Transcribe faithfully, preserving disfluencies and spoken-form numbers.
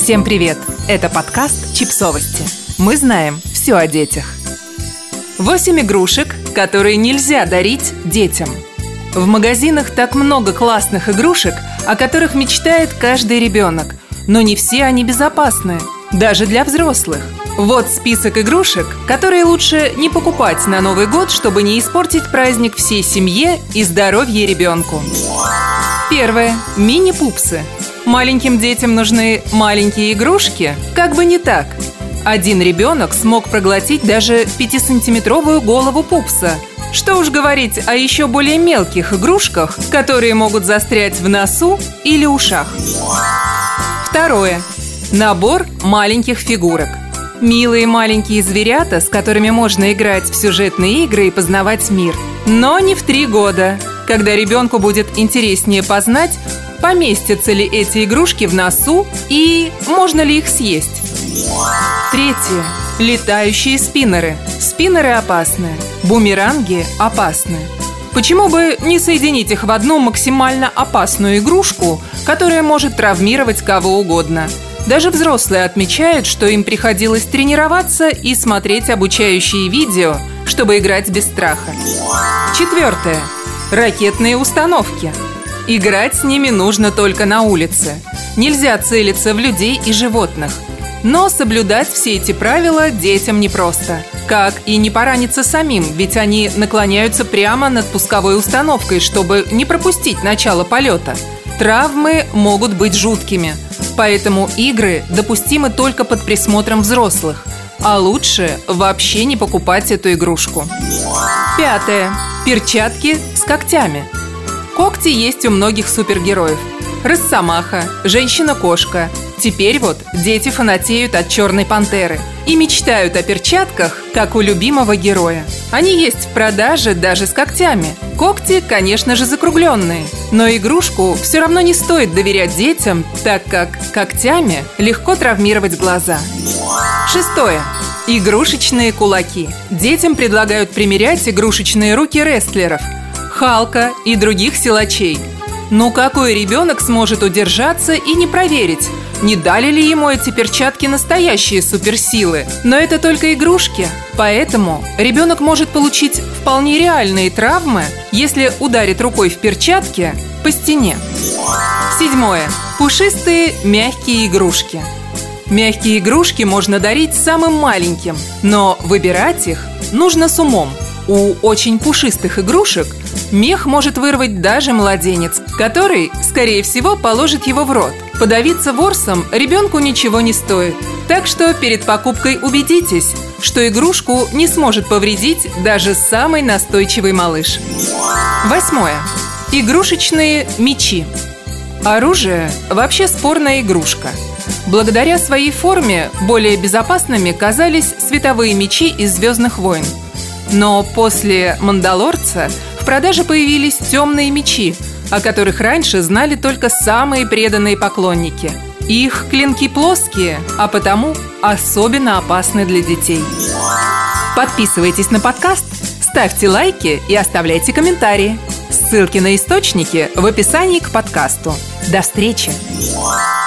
Всем привет! Это подкаст «Чипсовости». Мы знаем все о детях. Восемь игрушек, которые нельзя дарить детям. В магазинах так много классных игрушек, о которых мечтает каждый ребенок. Но не все они безопасны, даже для взрослых. Вот список игрушек, которые лучше не покупать на Новый год, чтобы не испортить праздник всей семье и здоровье ребенку. Первое. Мини-пупсы. Маленьким детям нужны маленькие игрушки? Как бы не так. Один ребенок смог проглотить даже пятисантиметровую голову пупса. Что уж говорить о еще более мелких игрушках, которые могут застрять в носу или ушах. Второе. Набор маленьких фигурок. Милые маленькие зверята, с которыми можно играть в сюжетные игры и познавать мир. Но не в три года, когда ребенку будет интереснее познать, поместятся ли эти игрушки в носу и можно ли их съесть. Третье. Летающие спиннеры. Спиннеры опасны. Бумеранги опасны. Почему бы не соединить их в одну максимально опасную игрушку, которая может травмировать кого угодно? Даже взрослые отмечают, что им приходилось тренироваться и смотреть обучающие видео, чтобы играть без страха. Четвертое. Ракетные установки. Играть с ними нужно только на улице. Нельзя целиться в людей и животных. Но соблюдать все эти правила детям непросто. Как и не пораниться самим, ведь они наклоняются прямо над пусковой установкой, чтобы не пропустить начало полета. Травмы могут быть жуткими, поэтому игры допустимы только под присмотром взрослых. А лучше вообще не покупать эту игрушку. Пятое. Перчатки с когтями. Когти есть у многих супергероев. Росомаха, Женщина-кошка. Теперь вот дети фанатеют от Черной пантеры и мечтают о перчатках, как у любимого героя. Они есть в продаже даже с когтями. Когти, конечно же, закругленные, но игрушку все равно не стоит доверять детям, так как когтями легко травмировать глаза. Шестое. Игрушечные кулаки. Детям предлагают примерять игрушечные руки рестлеров, Халка и других силачей. Ну какой ребенок сможет удержаться и не проверить, не дали ли ему эти перчатки настоящие суперсилы? Но это только игрушки, поэтому ребенок может получить вполне реальные травмы, если ударит рукой в перчатки по стене. Седьмое. Пушистые мягкие игрушки. Мягкие игрушки можно дарить самым маленьким, но выбирать их нужно с умом. У очень пушистых игрушек мех может вырвать даже младенец, который, скорее всего, положит его в рот. Подавиться ворсом ребенку ничего не стоит. Так что перед покупкой убедитесь, что игрушку не сможет повредить даже самый настойчивый малыш. Восьмое. Игрушечные мечи. Оружие вообще спорная игрушка. Благодаря своей форме более безопасными казались световые мечи из «Звездных войн». Но после «Мандалорца» в продаже появились темные мечи, о которых раньше знали только самые преданные поклонники. Их клинки плоские, а потому особенно опасны для детей. Подписывайтесь на подкаст, ставьте лайки и оставляйте комментарии. Ссылки на источники в описании к подкасту. До встречи!